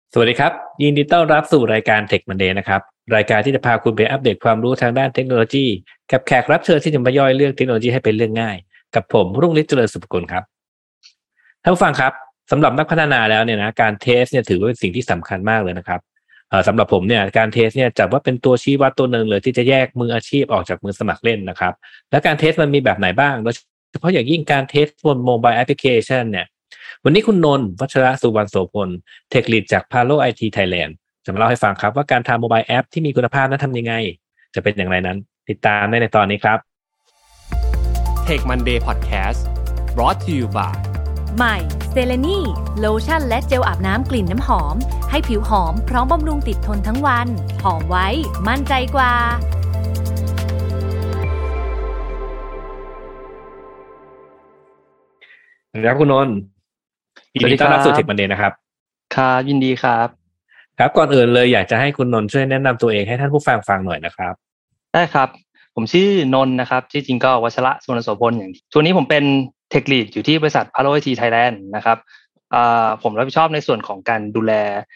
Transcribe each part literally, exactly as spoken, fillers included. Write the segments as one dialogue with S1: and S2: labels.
S1: สวัสดีครับยินดีต้อนรับสู่รายการ Tech Monday นะครับรายการที่จะพาคุณไปอัปเดตความรู้ทางด้านเทคโนโลยีกับแขกรับเชิญที่จะมาย่อยเรื่องเทคโนโลยีให้เป็นเรื่องง่ายกับผมรุ่งฤทธิ์เจริญสุภกุลครับท่านผู้ฟังครับสำหรับนักพัฒนาแล้วเนี่ยนะการเทสเนี่ยถือว่าเป็นสิ่งที่สำคัญมากเลยนะครับเอ่อสำหรับผมเนี่ยการเทสเนี่ยจัดว่าเป็นตัวชี้วัดตัวหนึ่งเลยที่จะแยกมืออาชีพออกจากมือสมัครเล่นนะครับและการเทสมันมีแบบไหนบ้างโดยเฉพาะอย่างยิ่งการเทสบนโมบายแอปพลิเคชันเนี่ยวันนี้คุณนนท์วัชระสุวรรณโสพลเทคลีดจาก Palo ไอ ที Thailand จะมาเล่าให้ฟังครับว่าการทำโมบายแอปที่มีคุณภาพนั้นทำยังไงจะเป็นอย่างไรนั้นติดตามได้ในตอนนี้ครับ
S2: Tech Monday Podcast brought to you by
S3: ใหม่เซเลนีโลชั่นและเจลอาบน้ำกลิ่นน้ำหอมให้ผิวหอมพร้อมบำรุงติดทนทั้งวันหอมไว้มั่นใจกว่า
S1: สวัสดีครับคุณนนท์ยินดีต้อนรับสู่ Tech Monday นะครับ
S4: ครับยินดีครับ
S1: ครับก่อนอื่นเลยอยากจะให้คุณนนท์ช่วยแนะนำตัวเองให้ท่านผู้ฟังฟังหน่อยนะครับ
S4: ได้ครับผมชื่อนนท์นะครับชื่อจริงก็วัชระสุวรรณโสพลอย่างช่วงนี้ผมเป็น Tech Lead อยู่ที่บริษัท Palo ไอ ที Thailand นะครับอ่าผมรับผิดชอบในส่วนของการดูแล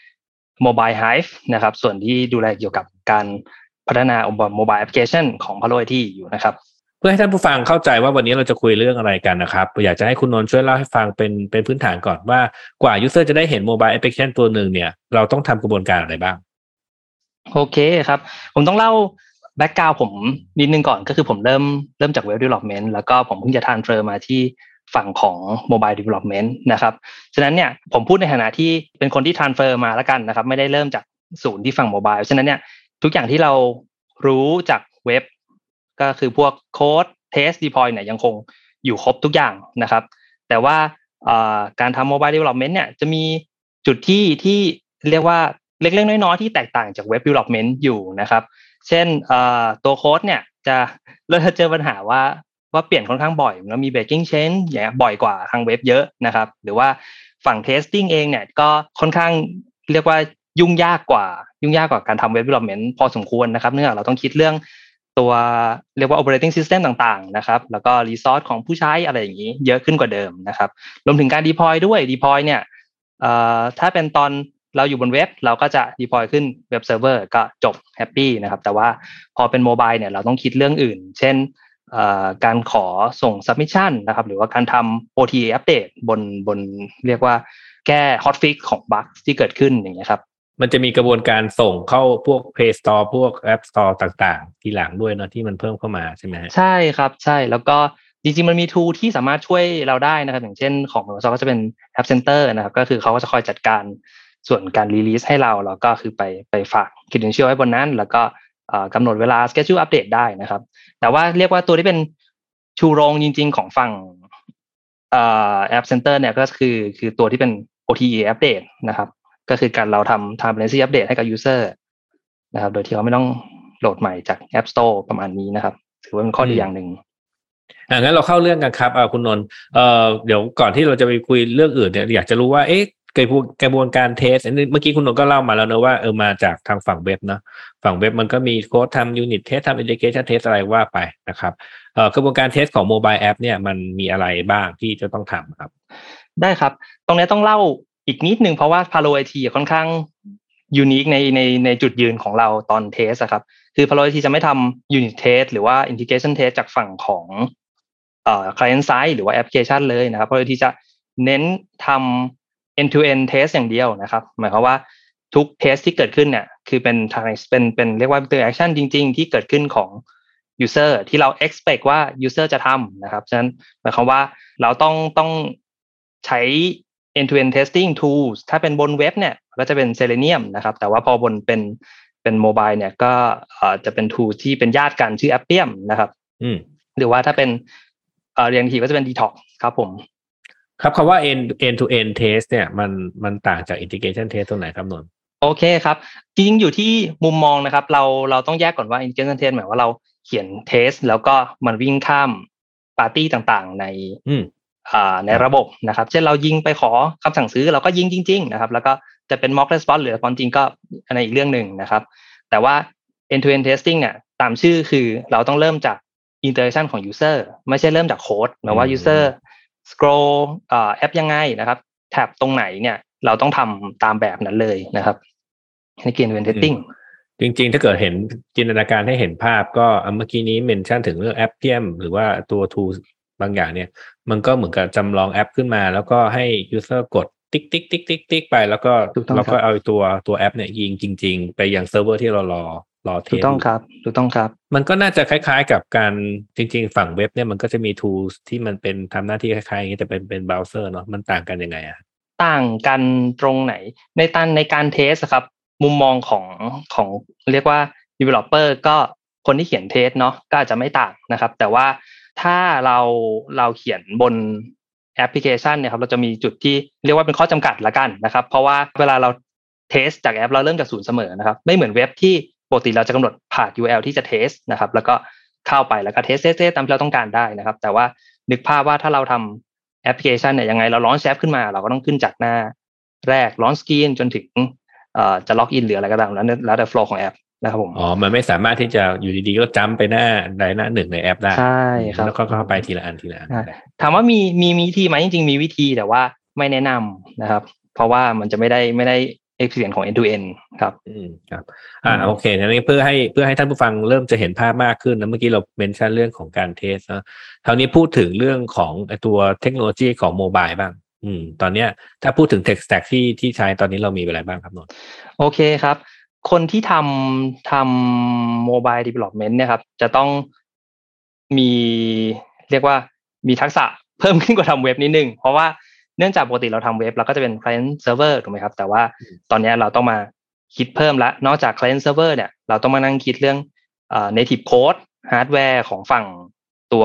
S4: Mobile Hive นะครับส่วนที่ดูแลเกี่ยวกับการพัฒนาองค์กร Mobile Application ของ Palo ไอ ที อยู่นะครับ
S1: เพื่อให้ท่านผู้ฟังเข้าใจว่าวันนี้เราจะคุยเรื่องอะไรกันนะครับอยากจะให้คุณนนท์ช่วยเล่าให้ฟังเป็นเป็นพื้นฐานก่อนว่ากว่า user จะได้เห็น mobile application ตัวหนึ่งเนี่ยเราต้องทำกระบวนการอะไรบ้าง
S4: โอเคครับผมต้องเล่าแบ็คกราวด์ผมนิดนึงก่อนก็คือผมเริ่มเริ่มจาก Web Development แล้วก็ผมเพิ่งจะ transfer มาที่ฝั่งของ Mobile Development นะครับฉะนั้นเนี่ยผมพูดในฐานะที่เป็นคนที่ transfer มาแล้วกันนะครับไม่ได้เริ่มจากศูนย์ที่ฝั่ง Mobile ฉะนั้นเนี่ยทุกอย่างที่เรารู้จากเว็บก็คือพวกโค้ด test deploy เนี่ยยังคงอยู่ครบทุกอย่างนะครับแต่ว่าการทำ Mobile Development เนี่ยจะมีจุดที่ที่เรียกว่าเล็กๆน้อยๆที่แตกต่างจาก Web Development อยู่นะครับเช่นตัวโค้ดเนี่ยจะเราจะเจอปัญหาว่าว่าเปลี่ยนค่อนข้างบ่อยแล้วมี breaking change อย่างเงี้ยบ่อยกว่าทางเว็บเยอะนะครับหรือว่าฝั่ง testing เองเนี่ยก็ค่อนข้างเรียกว่ายุ่งยากกว่ายุ่งยากกว่าการทำ Web Development พอสมควรนะครับเนื่องจากเราต้องคิดเรื่องตัวเรียกว่า operating system ต่างๆนะครับแล้วก็ resource ของผู้ใช้อะไรอย่างนี้เยอะขึ้นกว่าเดิมนะครับรวมถึงการ deploy ด้วย deploy เนี่ยเอ่อถ้าเป็นตอนเราอยู่บนเว็บเราก็จะ deploy ขึ้นเว็บเซิร์ฟเวอร์ก็จบแฮปปี้นะครับแต่ว่าพอเป็นโมบายเนี่ยเราต้องคิดเรื่องอื่นเช่นการขอส่ง submission นะครับหรือว่าการทำ โอ ที เอ update บนบนเรียกว่าแก้ hotfix ของ bug ที่เกิดขึ้นอย่างเงี้ยครับ
S1: มันจะมีกระบวนการส่งเข้าพวก Play Store พวก App Store ต่างๆทีหลังด้วยเนาะที่มันเพิ่มเข้ามาใช่ไหม
S4: ใช่ครับใช่แล้วก็จริงๆมันมี tool ที่สามารถช่วยเราได้นะครับอย่างเช่นของ Microsoft ก็จะเป็น App Center นะครับก็คือเขาก็จะคอยจัดการส่วนการ release ให้เราแล้วก็คือไปไปฝาก credential ไว้บนนั้นแล้วก็กำหนดเวลา schedule update ได้นะครับแต่ว่าเรียกว่าตัวที่เป็นชูโรงจริงๆของฝั่ง App Center เนี่ยก็คือคือตัวที่เป็น โอ ที อี update นะครับก็คือการเราทำ dependency update ให้กับ user นะครับโดยที่เขาไม่ต้องโหลดใหม่จาก App Store ประมาณนี้นะครับถือว่าเป็นข้อดีอย่างหนึ่ง
S1: อ่างั้นเราเข้าเรื่องกันครับอ่าคุณนนท์เอ่อเดี๋ยวก่อนที่เราจะไปคุยเรื่องอื่นเนี่ยอยากจะรู้ว่าเอ๊ะกระบวนการเทสเมื่อกี้คุณนนท์ก็เล่ามาแล้วนะว่าเออมาจากทางฝั่งเว็บนะฝั่งเว็บมันก็มีโค้ดทำยูนิตเทสทำอินทิเกชันเทสอะไรว่าไปนะครับเอ่อกระบวนการเทสของโมบายแอปเนี่ยมันมีอะไรบ้างที่จะต้องทำครับ
S4: ได้ครับตรงนี้ต้องเล่าอีกนิดนึงเพราะว่า Palo ไอ ที ค่อนข้างยูนิคในในในจุดยืนของเราตอนเทสครับคือ Palo ไอ ที จะไม่ทำ unit test หรือว่า integration test จากฝั่งของเอ่อ client side หรือว่า application เลยนะครับ Palo ไอ ที จะเน้นทำ end to end test อย่างเดียวนะครับหมายความว่าทุก test ที่เกิดขึ้นเนี่ยคือเป็นเป็นเป็นเรียกว่า interaction จริงๆที่เกิดขึ้นของ user ที่เรา expect ว่า user จะทำนะครับฉะนั้นหมายความว่าเราต้องต้องใช้ end to end testing tools ถ้าเป็นบนเว็บเนี่ยก็จะเป็น Selenium นะครับแต่ว่าพอบนเป็นเป็นโมบายเนี่ยก็เอ่อจะเป็น tool ที่เป็นญาติกันชื่อ Appium นะครับ
S1: อืม
S4: หรือว่าถ้าเป็นเอ่อเรียนทีก็จะเป็น Detox ครับผม
S1: ครับคำว่า end end to end test เนี่ยมันมันต่างจาก integration test ตรงไหนครับนนท์
S4: โอเคครับจริงๆอยู่ที่มุมมองนะครับเราเราต้องแยกก่อนว่า integration test หมายว่าเราเขียน test แล้วก็มันวิ่งข้ามปาร์ตี้ต่างๆในอ่าในระบบนะครับเช่นเรายิงไปขอคำสั่งซื้อเราก็ยิงจริงๆนะครับแล้วก็จะเป็น mock response หรือ response จริงก็อันนั้นอีกเรื่องนึงนะครับแต่ว่า end to end testing เนี่ยตามชื่อคือเราต้องเริ่มจาก interaction ของ user ไม่ใช่เริ่มจากโค้ดหมายว่า user scroll อ่าแอปยังไงนะครับแท็บตรงไหนเนี่ยเราต้องทำตามแบบนั้นเลยนะครับในเกณฑ์ event testing
S1: จริงๆถ้าเกิดเห็นจินตนาการให้เห็นภาพก็เมื่อกี้นี้เมนชั่นถึงเรื่องแอปเทียมหรือว่าตัว tools บางอย่างเนี่ยมันก็เหมือนกับจำลองแอปขึ้นมาแล้วก็ให้ user กดติ๊กติ๊กติ๊กติ๊กติ๊กไปแล้วก็เราก็เอาตัวตัวแอปเนี่ยยิงจริงๆไปยังเซิร์ฟเวอร์ที่เรารอรอเทส
S4: ถูกต้องครับถูกต้องครับ
S1: มันก็น่าจะคล้ายๆกับการจริงๆฝั่งเว็บเนี่ยมันก็จะมี tools ที่มันเป็นทำหน้าที่คล้ายๆอย่างนี้แต่เป็นเป็นเบราว์เซอร์เนาะมันต่างกันยังไงอะ
S4: ต่างกันตรงไหนในตันในการเทสครับมุมมองของของเรียกว่า developer ก็คนที่เขียนเทสเนาะก็อาจจะไม่ต่างนะครับแต่ว่าถ้าเราเราเขียนบนแอปพลิเคชันเนี่ยครับเราจะมีจุดที่เรียกว่าเป็นข้อจำกัดละกันนะครับเพราะว่าเวลาเราเทสจากแอปเราเริ่มจากศูนย์เสมอนะครับไม่เหมือนเว็บที่ปกติเราจะกำหนดผ่าน ยู อาร์ แอล ที่จะเทสนะครับแล้วก็เข้าไปแล้วก็เทสเทสตามที่เราต้องการได้นะครับแต่ว่านึกภาพว่าถ้าเราทำแอปพลิเคชันเนี่ยยังไงเราลอนช์แอปขึ้นมาเราก็ต้องขึ้นจากหน้าแรกลอนช์สกรีนจนถึงเอ่อจะล็อกอินหรืออะไรก็ตามแล้วแล้วแต่โฟลว์ของแอปนะครับผม
S1: อ๋อมันไม่สามารถที่จะอยู่ดีๆก็จัมป์ไปหน้าใดหน้าหนึ่งในแอปได้
S4: ใช่ครับ
S1: แล้วก็เข้าไปทีละอันทีละอัน
S4: ถามว่ามีมีวิธีไหมจริงๆมีวิธีแต่ว่าไม่แนะนำนะครับเพราะว่ามันจะไม่ได้ไม่ได้ experience ของ end to end ครับ
S1: อืมครับอ่าโอเคงั้นเพื่อให้เพื่อให้ท่านผู้ฟังเริ่มจะเห็นภาพมากขึ้นนะเมื่อกี้เราเมนชั่นเรื่องของการเทสนะคราวนี้พูดถึงเรื่องของตัวเทคโนโลยีของโมบายบ้างอืมตอนเนี้ยถ้าพูดถึง tech stack ที่ที่ใช้ตอนนี้เรามีอะไรบ้างครับนนท์
S4: โอเคครับคนที่ทำทำ mobile development เนี่ยครับจะต้องมีเรียกว่ามีทักษะเพิ่มขึ้นกว่าทำเว็บนิดนึงเพราะว่าเนื่องจากปกติเราทำเว็บเราก็จะเป็น client server ถูกไหมครับแต่ว่าตอนนี้เราต้องมาคิดเพิ่มละนอกจาก client server เนี่ยเราต้องมานั่งคิดเรื่องเอ่อ native code hardware ของฝั่งตัว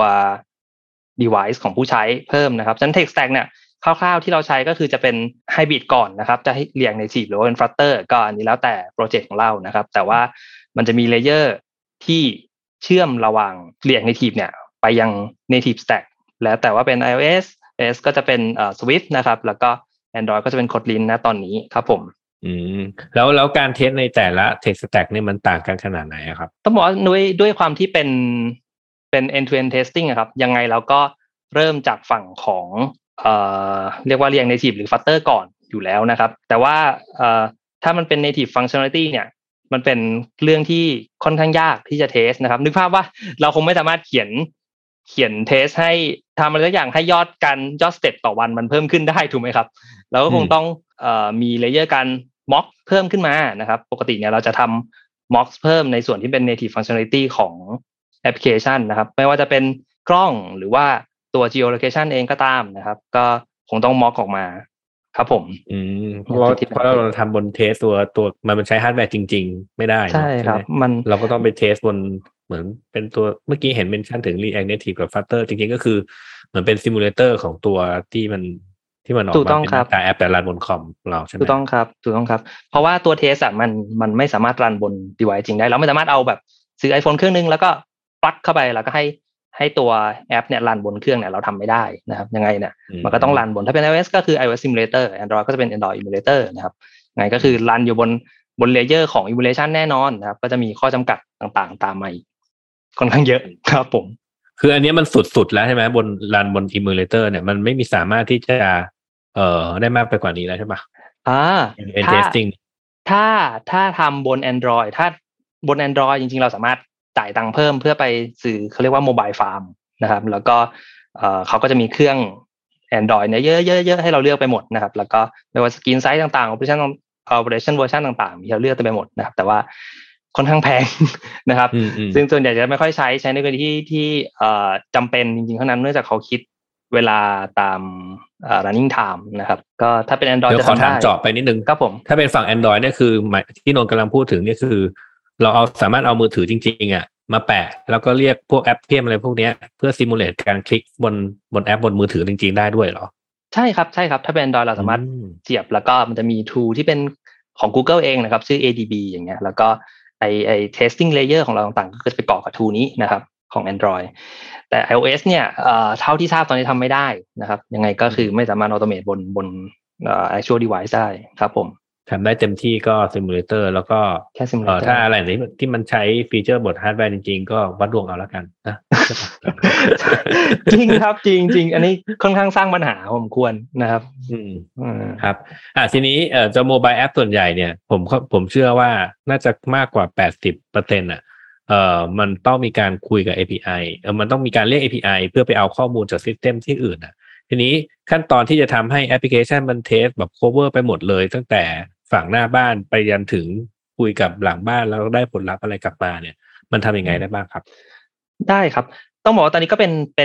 S4: device ของผู้ใช้เพิ่มนะครับฉะนั้น tech stack เนี่ยคร่าวๆที่เราใช้ก็คือจะเป็น hybrid ก่อนนะครับจะให้เรียง native หรือว่าเป็น Flutter ก็อันนี้แล้วแต่โปรเจกต์ของเรานะครับแต่ว่ามันจะมีเลเยอร์ที่เชื่อมระหว่างเรียง native เนี่ยไปยัง native stack แล้วแต่ว่าเป็น iOS iOS ก็จะเป็นเอ่อ Swift นะครับแล้วก็ Android ก็จะเป็น Kotlin นะตอนนี้ครับผม
S1: อืมแล้วแล้วการเทสในแต่ละ tech stack เนี่ยมันต่างกันขนาดไหนครับ
S4: ต้องบอกว่าด้วยด้วยความที่เป็นเป็น end to end testing อะครับยังไงเราก็เริ่มจากฝั่งของเอ่อเรียกว่าเรียง native หรือ Flutter ก่อนอยู่แล้วนะครับแต่ว่าเอ่อถ้ามันเป็น native functionality เนี่ยมันเป็นเรื่องที่ค่อนข้างยากที่จะเทสนะครับนึกภาพว่าเราคงไม่สามารถเขียนเขียนเทสให้ทำอะไรสักอย่างให้ยอดการยอดสเต็ปต่อวันมันเพิ่มขึ้นได้ถูกไหมครับเราก็คงต้องเอ่อมีเลเยอร์การ mock เพิ่มขึ้นมานะครับปกติเนี่ยเราจะทำ mock เพิ่มในส่วนที่เป็น native functionality ของแอปพลิเคชันนะครับไม่ว่าจะเป็นกล้องหรือว่าตัว geolocation เองก็ตามนะครับก็คงต้อง mock ออกมาครับผม
S1: อืมเพราะเพราะเราทำบนเทสตัวตัวมันใช้ฮาร์ดแวร์จริงๆไม่ได้
S4: ใช่ครับมัน
S1: เราก็ต้องไปเทสบนเหมือนเป็นตัวเมื่อกี้เห็นเมนชั่นถึง React Native กับ Flutter จริงๆก็คือเหมือนเป็นซิมูเลเตอร์ของตัวที่มันที่มันออกมาเป็นหน้าตาแอปแต่รันบนคอมเราใช่ไหม
S4: ถูกต้องครับถูกต้องครับเพราะว่าตัวเทสอ่ะมันมันไม่สามารถรันบน device จริงได้เราไม่สามารถเอาแบบซื้อ iPhone เครื่องนึงแล้วก็ปลั๊กเข้าไปแล้วก็ให้ให้ตัวแอปเนี่ยรันบนเครื่องเนี่ยเราทำไม่ได้นะครับยังไงเนี่ยมันก็ต้องรันบนถ้าเป็น iOS ก็คือ iOS Simulator Android ก็จะเป็น Android Emulator นะครับไงก็คือรันอยู่บนบนเลเยอร์ของ emulation แน่นอนนะครับก็จะมีข้อจำกัดต่างๆตามมาอีกค่อนข้างเยอะครับผม
S1: คืออันนี้มันสุดๆแล้วใช่ไหมบนรันบน emulator เนี่ยมันไม่มีสามารถที่จะเอ่อได้มากไปกว่านี้แล้วใช่ไหม
S4: อ่า
S1: ถ้า testing
S4: ถ้าถ้าทำบน Android ถ้าบน Android จริงๆเราสามารถจ่ายตังค์เพิ่มเพื่อไปซื้อเขาเรียกว่า mobile farm นะครับแล้วก็เอ่อเขาก็จะมีเครื่อง Android เนี่ยเยอะๆๆให้เราเลือกไปหมดนะครับแล้วก็ไม่ว่าสกรีนไซส์ต่างๆ operation operation version ต่างๆมีให้เราเลือกไปหมดนะครับแต่ว่าค่อนข้างแพงนะครับซึ่งส่วนใหญ่จะไม่ค่อยใช้ใช้ในกรณีที่ที่เอ่อจำเป็นจริงๆเท่านั้นเนื่องจากเขาคิดเวลาตามเอ่อ running time นะครับก็ถ้าเป็น Android
S1: จะขอถามเจาะไปนิดนึง
S4: ครับผม
S1: ถ้าเป็นฝั่ง Android เนี่ยคือที่นนท์กำลังพูดถึงเนี่ยคือเราเอาสามารถเอามือถือจริงๆอ่ะมาแปะแล้วก็เรียกพวกแอปเพียมอะไรพวกนี้เพื่อซิมูเลตการคลิกบนบนแอปบนมือถือจริงๆได้ด้วยเหรอ
S4: ใช่ครับใช่ครับถ้าเป็น Android เราสามารถเสียบแล้วก็มันจะมี tool ที่เป็นของ Google เองนะครับชื่อ เอ ดี บี อย่างเงี้ยแล้วก็ไอไอ testing layer ของเราต่างๆก็จะไปเกาะกับ tool นี้นะครับของ Android แต่ iOS เนี่ยเอ่อเท่าที่ทราบตอนนี้ทำไม่ได้นะครับยังไงก็คือไม่สามารถ automate บนบนเอ่อ actual device ได้ครับผม
S1: ทำได้เต็มที่ก็ซิมูเลเตอร์แล้วก็
S4: แค่ซิมูเลเตอร์
S1: ถ้าอะไรที่ที่มันใช้ฟีเจอร์บทฮาร์ดแวร์จริงๆก็วัดดวงเอาแล้วกันนะ
S4: จริงครับจริงจริงอันนี้ค่อนข้างสร้างปัญหาผมควรนะครับ
S1: อืมครับอ่ะทีนี้เอ่อเจ้าโมบายแอปส่วนใหญ่เนี่ยผมผมเชื่อว่าน่าจะมากกว่า แปดสิบเปอร์เซ็นต์ อ่ะเอ่อมันต้องมีการคุยกับ เอ พี ไอ เออมันต้องมีการเรียก เอ พี ไอ เพื่อไปเอาข้อมูลจากซิสเต็มที่อื่นอ่ะทีนี้ขั้นตอนที่จะทำให้แอปพลิเคชันมันเทสแบบ cover ไปหมดเลยตั้งแต่ฝั่งหน้าบ้านไปยันถึงคุยกับหลังบ้านแล้วได้ผลลัพธ์อะไรกลับมาเนี่ยมันทำยังไงได้บ้างครับ
S4: ได้ครับต้องบอกว่าตอนนี้ก็เป็นเป็น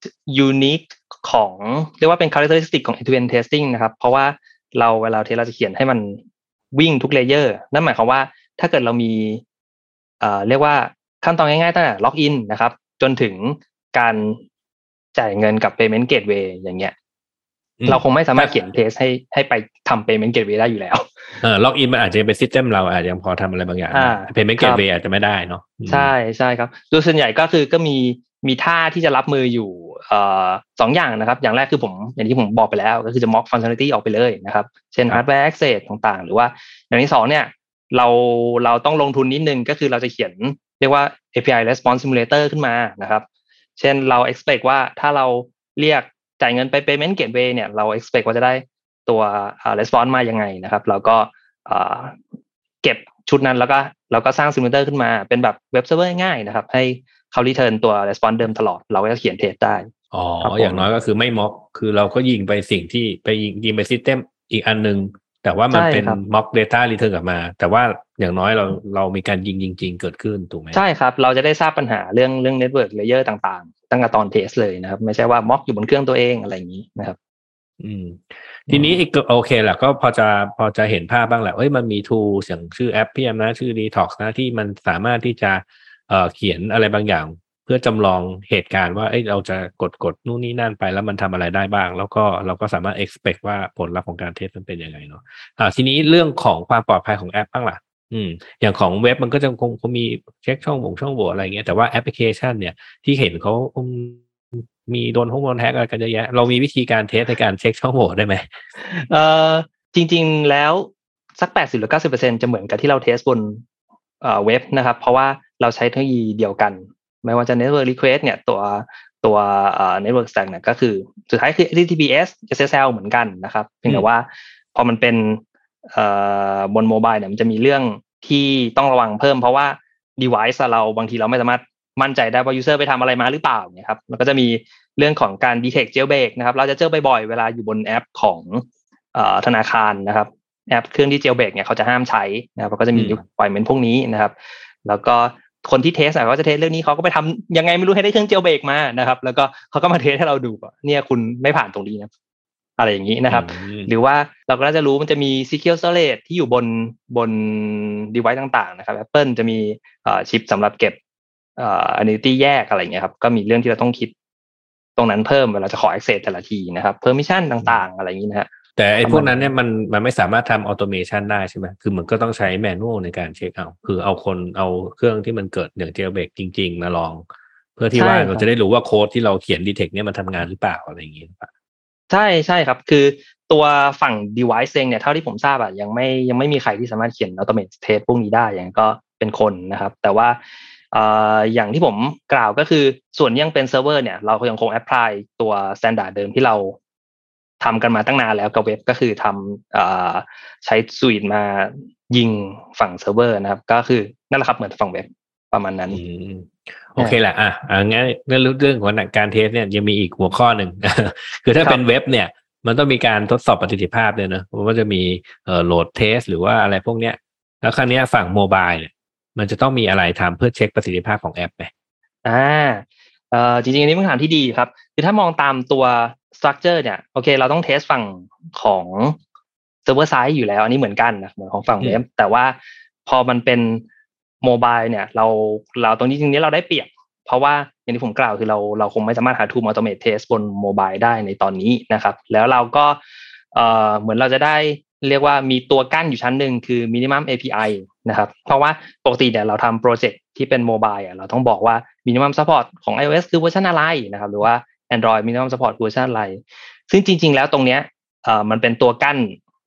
S4: unique ของเรียกว่าเป็น characteristic ของ end-to-end testing นะครับเพราะว่าเราเวลาเทสเราจะเขียนให้มันวิ่งทุกเลเยอร์นั่นหมายความว่าถ้าเกิดเรามีเอ่อเรียกว่าขั้นตอนง่ายๆตั้งแต่ล็อกอินนะครับจนถึงการจ่ายเงินกับ payment gateway อย่างเงี้ยเราคงไม่สามารถเขียนเทสให้ให้ไปทำ payment gateway ได้อยู่แล้ว
S1: เออล็อกอินมันอาจจะเป็นซิสเต็มเราอาจจะยังพอทำอะไรบางอย่าง payment gateway อาจจะไม่ได้เนาะ
S4: ใช่ใช่ครับโดยส่วนใหญ่ก็คือก็มีมีท่าที่จะรับมืออยู่เอ่อสองอย่างนะครับอย่างแรกคือผมอย่างที่ผมบอกไปแล้วก็คือจะ mock functionality ออกไปเลยนะครับเช่น hardware access ต่างๆหรือว่าอย่างที่สองเนี่ยเราเราต้องลงทุนนิดนึงก็คือเราจะเขียนเรียกว่า เอ พี ไอ response simulator ขึ้นมานะครับเช่นเรา expect ว่าถ้าเราเรียกจ่ายเงินไป payment gateway เนี่ยเรา expect ว่าจะได้ตัวอ่า response มายังไงนะครับแล้วก็อ่าเก็บชุดนั้นแล้วก็เราก็สร้าง simulator ขึ้นมาเป็นแบบ web server ง่ายๆนะครับให้เขา return ตัว response เดิมตลอดเราก็จะเขียนเทสได้
S1: อ๋ออย่างน้อยก็คือไม่ม็อกคือเราก็ยิงไปสิ่งที่ไปยิงยิงไป system อีกอันนึงแต่ว่ามันเป็น mock data return กลับมาแต่ว่าอย่างน้อยเราเรามีการยิงจริงๆเกิดขึ้นถูกไหม
S4: ใช่ครับเราจะได้ทราบปัญหาเรื่องเรื่อง network layer ต่างๆตั้งแต่ตอนเทสเลยนะครับไม่ใช่ว่า mock อยู่บนเครื่องตัวเองอะไรอย่างนี้นะครับ
S1: อืมทีนี้อีกโอเคแหละก็พอจะพอจะเห็นภาพบ้างแหละเอ้ยมันมี tool อย่างชื่อแอป พี เอ็ม นะชื่อ Detox นะที่มันสามารถที่จะเอ่อเขียนอะไรบางอย่างเพื่อจำลองเหตุการณ์ว่าเอ้ยเราจะกดกดนู่นนี่นั่นไปแล้วมันทำอะไรได้บ้างแล้วก็เราก็สามารถ expect ว่าผลลัพธ์ของการเทสมันเป็นยังไงเนาะอ่าทีนี้เรื่องของความปลอดภัยของแอปบ้างล่ะอืมอย่างของเว็บมันก็จะคงคงมีเช็คช่องบ่งช่องโหว่อะไรเงี้ยแต่ว่าแอปพลิเคชันเนี่ยที่เห็นเขามีโดนห้องโดนแฮกอะไรกันเยอะแยะเรามีวิธีการเทสในการเช็คช่องโหว่ได้ไหม
S4: เอ่อจริงๆแล้วสัก แปดสิบ หรือ เก้าสิบเปอร์เซ็นต์ จะเหมือนกับที่เราเทสบนเอ่อเว็บนะครับเพราะว่าเราใช้เทคโนโลยีเดียวกันไม่ว่าจะ network request เนี่ยตัวตัวเอ่อ network stack เนี่ยก็คือสุดท้ายคือ เอช ที ที พี เอส เอส เอส แอล เหมือนกันนะครับเพียงแต่ว่าพอมันเป็นเอ่อบนโมบายเนี่ยมันจะมีเรื่องที่ต้องระวังเพิ่มเพราะว่า device เราบางทีเราไม่สามารถมั่นใจได้ว่า user ไปทำอะไรมาหรือเปล่าเนี่ยครับมันก็จะมีเรื่องของการ detect jailbreak นะครับเราจะเจอบ่อยๆเวลาอยู่บนแอปของเอ่อธนาคารนะครับแอปเครื่องที่ jailbreak เนี่ยเขาจะห้ามใช้นะครับก็จะมี requirement พวกนี้นะครับแล้วก็คนที่เทสอ่ะเขาจะเทสเรื่องนี้เขาก็ไปทำยังไงไม่รู้ให้ได้เครื่อง jailbreak มานะครับแล้วก็เขาก็มาเทสให้เราดูว่าเนี่ยคุณไม่ผ่านตรงนี้นะอะไรอย่างนี้นะครับหรือว่าเราก็น่าจะรู้มันจะมี secure storage ที่อยู่บนบน device ต่างๆนะครับ Apple จะมีเอ่อชิปสำหรับเก็บเอ่อ identity แยกอะไรอย่างเงี้ยครับก็มีเรื่องที่เราต้องคิดตรงนั้นเพิ่มเวลาจะขอ access แต่ละทีนะครับ permission ต่างๆอะไรอย่างนี้นะฮะ
S1: แต่ไอ้พวกนั้นเนี่ยมันมันไม่สามารถทำ automation ได้ใช่ไหมคือมันก็ต้องใช้ manual ในการเช็คเอาคือเอาคนเอาเครื่องที่มันเกิดอย่าง jailbreak จริงๆมาลองเพื่อที่ว่าเราจะได้รู้ว่าโค้ดที่เราเขียน detect เนี่ยมันทำงานหรือเปล่าอะไรอย่างงี้ป่ะ
S4: ใช่ใช่ครับคือตัวฝั่ง device เองเนี่ยเท่าที่ผมทราบอ่ะยังไม่ยังไม่มีใครที่สามารถเขียน automate test พวกนี้ได้อย่างก็เป็นคนนะครับแต่ว่าเอ่ออย่างที่ผมกล่าวก็คือส่วนยังเป็นเซิร์ฟเวอร์เนี่ยเรายังคง apply ตัว standard เดิมที่เราทำกันมาตั้งนานแล้วกับเว็บก็คือทำเอ่อใช้สวิตมายิงฝั่งเซิร์ฟเวอร์นะครับก็คือนั่นแหละครับเหมือนฝั่งเว็บประมาณนั้น
S1: โอเคแหละอ่ะอ่ะงั้นเรื่องเรื่องของการเทสเนี่ยยังมีอีกหัวข้อหนึ่ง คือถ้าเป็นเว็บเนี่ยมันต้องมีการทดสอบประสิทธิภาพเลยนะมันก็จะมีเอ่อโหลดเทสหรือว่าอะไรพวกเนี้ยแล้วครั้งนี้ฝั่งโมบายเนี่ยมันจะต้องมีอะไรทำเพื่อเช็คประสิทธิภาพของแอปไหม
S4: อ่าเอ่อจริงๆอันนี้เป็นคำถามที่ดีครับคือถ้ามองตามตัว structure เนี่ยโอเคเราต้องเทสฝั่งของ server side อยู่แล้วอันนี้เหมือนกันนะเหมือนของฝั่งเว็บแต่ว่าพอมันเป็นโมบายเนี่ยเราเราตรงนี้จริงๆเราได้เปรียบเพราะว่าอย่างที่ผมกล่าวคือเราเราคงไม่สามารถหา tool automate test บนโมบายได้ในตอนนี้นะครับแล้วเราก็เอ่อเหมือนเราจะได้เรียกว่ามีตัวกั้นอยู่ชั้นหนึ่งคือ minimum เอ พี ไอ นะครับเพราะว่าปกติเนี่ยเราทำโปรเจกต์ที่เป็นโมบายอ่ะเราต้องบอกว่า minimum support ของ iOS คือเวอร์ชันอะไรนะครับหรือว่า Android minimum support เวอร์ชันอะไรซึ่งจริงๆแล้วตรงเนี้ยเอ่อมันเป็นตัวกั้น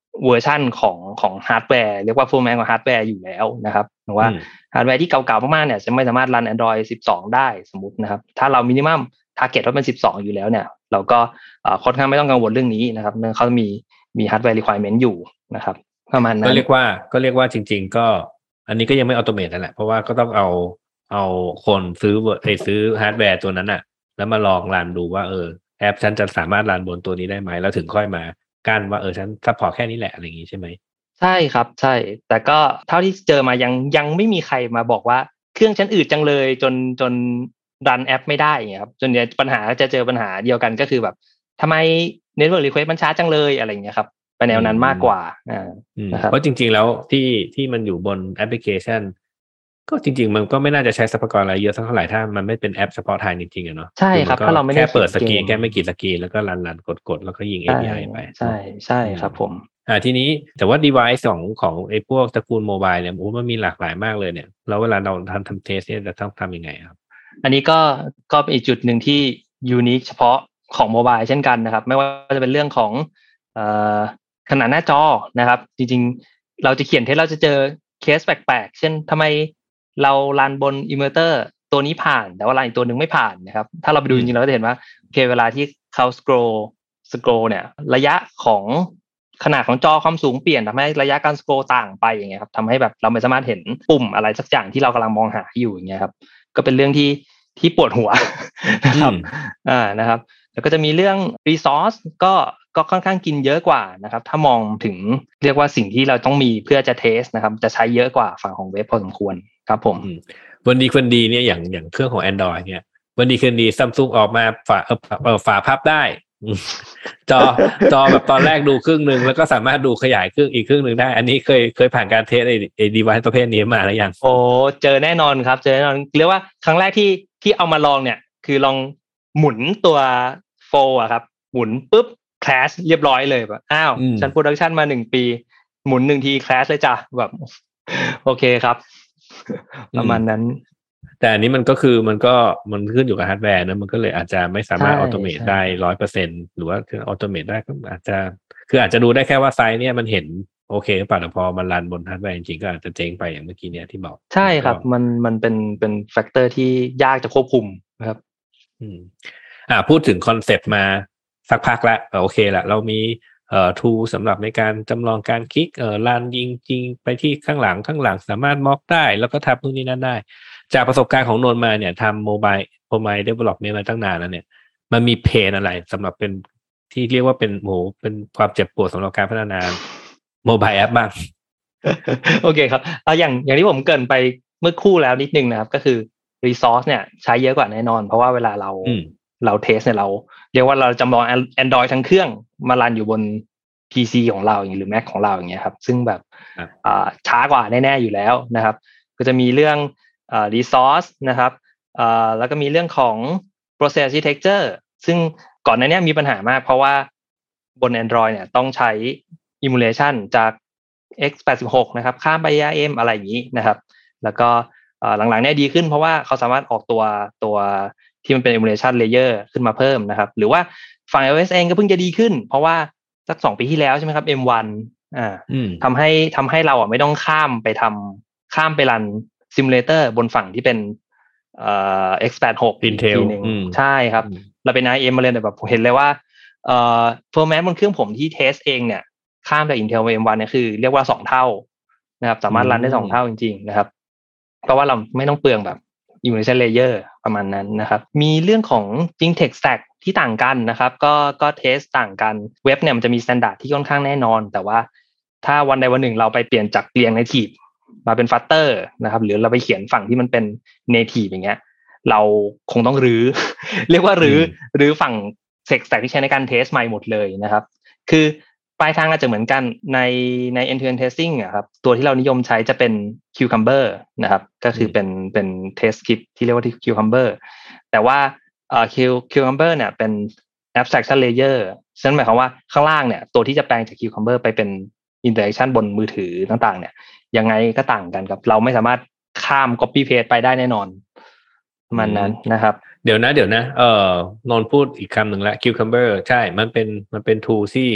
S4: เวอร์ชั่นของของฮาร์ดแวร์เรียกว่า full man ของฮาร์ดแวร์อยู่แล้วนะครับหรือว่าฮาร์ดแวร์ที่เก่าๆมากๆเนี่ยจะไม่สามารถรัน Android สิบสองได้สมมุตินะครับถ้าเรามินิมัมทาร์เก็ตว่าเป็นสิบสองอยู่แล้วเนี่ยเราก็ค่อนข้างไม่ต้องกังวลเรื่องนี้นะครับเนื่องเขามีมีฮาร์ดแวร์ requirement อยู่นะครับประมาณนั้น
S1: ก็เรียกว่าก็เรียกว่าจริงๆก็อันนี้ก็ยังไม่ออโตเมตนั่นแหละเพราะว่าก็ต้องเอาเอาคนซื้อไอ้ซื้อฮาร์ดแวร์ตัวนั้นน่ะแล้วมาลองรันดูว่าเออแอปฉันจะสามารถรันบนตัวนี้ได้ไหมแล้วถึงค่อยมากั้นว่าเออฉันซัพพอร์ตแค่นี้แหละอะไรอย่างงี้ใช่ไหม
S4: ใช่ครับใช่แต่ก็เท่าที่เจอมายังยังไม่มีใครมาบอกว่าเครื่องฉันอืดจังเลยจนจนรันแอปไม่ได้อย่างเงี้ยครับจนเนี่ยปัญหาจะเจอปัญหาเดียวกันก็คือแบบทำไม Network Request มันช้าจังเลยอะไรอย่างเงี้ยครับไปแนวนั้นมากกว่าอ่า
S1: เพราะจริงๆแล้วที่ที่มันอยู่บนแอปพลิเคชันก็จริงๆมันก็ไม่น่าจะใช้ทรัพยากรอะไรเยอะสักเท่าไหร่ถ้ามันไม่เป็นแอปเฉพาะทางจริงๆอ่ะเนาะ
S4: ใช่ครับถ้าเราไม่ได้
S1: แค่เปิดสกรีนแค่ไม่กี่สกรีนแล้วก็รันๆกดๆแล้วก็ยิง เอ พี ไอ ไป
S4: ใช่ใช่ครับผม
S1: อ่าทีนี้แต่ว่า device ของของไอ้พวกตระกูลโมบายเนี่ยโอ้มันมีหลากหลายมากเลยเนี่ยแล้วเวลาเราทำทำเทสเนี่ยจะต้องทำยังไงครับ
S4: อันนี้ก็ก็เป็นอีกจุดหนึ่งที่ยูนิคเฉพาะของโมบายเช่นกันนะครับไม่ว่าจะเป็นเรื่องของเอ่อขนาดหน้าจอนะครับจริงๆเราจะเขียนเทสเราจะเจอเคสแปลกๆเช่นทำไมเรารันบนอินเวอร์เตอร์ตัวนี้ผ่านแต่ว่ารันอีกตัวหนึ่งไม่ผ่านนะครับถ้าเราไปดูจริงๆเราก็จะเห็นว่าโอเคเวลาที่เขาสครอลสครอลเนี่ยระยะของขนาดของจอความสูงเปลี่ยนทำให้ระยะการสครอลต่างไปอย่างเงี้ยครับทำให้แบบเราไม่สามารถเห็นปุ่มอะไรสักอย่างที่เรากำลังมองหาอยู่อย่างเงี้ยครับก็เป็นเรื่องที่ที่ปวดหัวนะครับอ่านะครับแล้วก็จะมีเรื่อง resource ก็ก็ค่อนข้างกินเยอะกว่านะครับถ้ามองถึงเรียกว่าสิ่งที่เราต้องมีเพื่อจะเทสนะครับจะใช้เยอะกว่าฝั่งของเว็บพอสมควรครับผม
S1: วันดีคืนดีเนี่ยอย่างอย่างเครื่องของ Android เนี่ยวันดีคืนดี Samsung ออกมาฝาเออเออฝาพับได้จอจอแบบตอนแรกดูครึ่งนึงแล้วก็สามารถดูขยายครึ่งอีกครึ่งนึงได้อันนี้เคยเคยผ่านการเทสไอ้ไอ้ device ประเภทนี้มาแล้วยัง
S4: โอ้เจอแน่นอนครับเจอแน่นอนเรียกว่าครั้งแรกที่ที่เอามาลองเนี่ยคือลองหมุนตัวโฟล์อะครับหมุนปุ๊บแคลชเรียบร้อยเลยแบบอ้าวฉันโปรดักชันมาหนึ่งปีหมุนหนึ่งทีแคลชเลยจ้ะแบบโอเคครับประมาณนั้น
S1: แต่อันนี้มันก็คือมันก็มันขึ้นอยู่กับฮาร์ดแวร์นะมันก็เลยอาจจะไม่สามารถออโตเมตได้ ร้อยเปอร์เซ็นต์ หรือว่าคือออโตเมตได้ก็อาจจะคืออาจจะดูได้แค่ว่าไซส์เนี่ยมันเห็นโอเคหรือเปล่าแต่พอมันรันบนฮาร์ดแวร์จริงๆก็อาจจะเจ๊งไปอย่างเมื่อกี้เนี่ยที่บอก
S4: ใช่ครับมันมันเป็นเป็นแฟกเตอร์ที่ยากจะควบคุมนะครับ
S1: อืมอ่าพูดถึงคอนเซปต์มาสักพักแล้วโอเคละเรามีเอ่อ tool สำหรับในการจำลองการคลิกเอ่อรันยิงจริงไปที่ข้างหลังข้างหลังสามารถม็อกได้แล้วก็ทำนู่นนี่นั่นได้จากประสบการณ์ของนนท์มาเนี่ยทำโมบายโมบายเดเวลลอปเมนต์มาตั้งนานแล้วเนี่ยมันมีเพนอะไรสำหรับเป็นที่เรียกว่าเป็นโหเป็นความเจ็บปวดสำหรับการพัฒนาโมบายแอปบ้าง
S4: โอเคครับเอาอย่างอย่างที่ผมเกริ่นไปเมื่อคู่แล้วนิดนึงนะครับก็คือ resource เนี่ยใช้เยอะกว่าแน่นอนเพราะว่าเวลาเราเราเทสเนี่ยเราเรียกว่าเราจำลอง Android ทั้งเครื่องมารันอยู่บน พี ซี ของเราอย่างหรือ Mac ของเราอย่างเงี้ยครับซึ่งแบบอ่าช้ากว่าแน่ๆอยู่แล้วนะครับก็จะมีเรื่องอ่า resource นะครับอ่าแล้วก็มีเรื่องของ process architecture ซึ่งก่อนหน้านี้มีปัญหามากเพราะว่าบน Android เนี่ยต้องใช้ emulation จาก เอ็กซ์ แปดสิบหก นะครับข้ามไป เอ อาร์ เอ็ม อะไรอย่างนี้นะครับแล้วก็หลังๆเนี่ยดีขึ้นเพราะว่าเขาสามารถออกตัวตัวที่มันเป็น emulation layer ขึ้นมาเพิ่มนะครับหรือว่าฝั่ง iOS เองก็เพิ่งจะดีขึ้นเพราะว่าสักสองปีที่แล้วใช่ไหมครับ เอ็ม วัน อ่าทำให้ทำให้เราอ่ะไม่ต้องข้ามไปทำข้ามไปรัน simulator บนฝั่งที่เป็นเอ่อ เอ็กซ์ แปดสิบหก อีกทีนึงใช่ครับเราเป็น ไอ เอ็ม มาเลยแต่แบบเห็นเลยว่าเอ่อ performance บนเครื่องผมที่เทสเองเนี่ยข้ามจาก Intel ไป เอ็ม วัน เนี่ยคือเรียกว่าสองเท่านะครับสามารถรันได้สองเท่าจริงๆนะครับเพราะว่าเราไม่ต้องเปลืองแบบ emulation layer ประมาณนั้นนะครับมีเรื่องของจริง tech stack ที่ต่างกันนะครับก็ก็เทสต่างกันเว็บเนี่ยมันจะมี standard ที่ค่อนข้างแน่นอนแต่ว่าถ้าวันใดวันหนึ่งเราไปเปลี่ยนจากเรียง native มาเป็น Flutter นะครับหรือเราไปเขียนฝั่งที่มันเป็น native อย่างเงี้ยเราคงต้องรื้อ เรียกว่ารื้อรื้อฝั่ง tech stack ที่ใช้ในการเทสใหม่หมดเลยนะครับคือปลายทางอาจจะเหมือนกันในใน end-to-end testing อ่ะครับตัวที่เรานิยมใช้จะเป็น Cucumber นะครับก็คือเป็นเป็น test script ที่เรียกว่า Cucumber แต่ว่าเอ่อ Cucumber เนี่ยเป็น abstraction layer ฉะนั้นหมายความว่าข้างล่างเนี่ยตัวที่จะแปลงจาก Cucumber ไปเป็น interaction บนมือถือต่างๆเนี่ยยังไงก็ต่างกันครับเราไม่สามารถข้าม copy paste ไปได้แน่นอนมันนั้นนะครับ
S1: เดี๋ยวนะเดี๋ยวนะเอ่อนนพูดอีกคำหนึ่งละ Cucumber ใช่มันเป็นมันเป็น tool ที่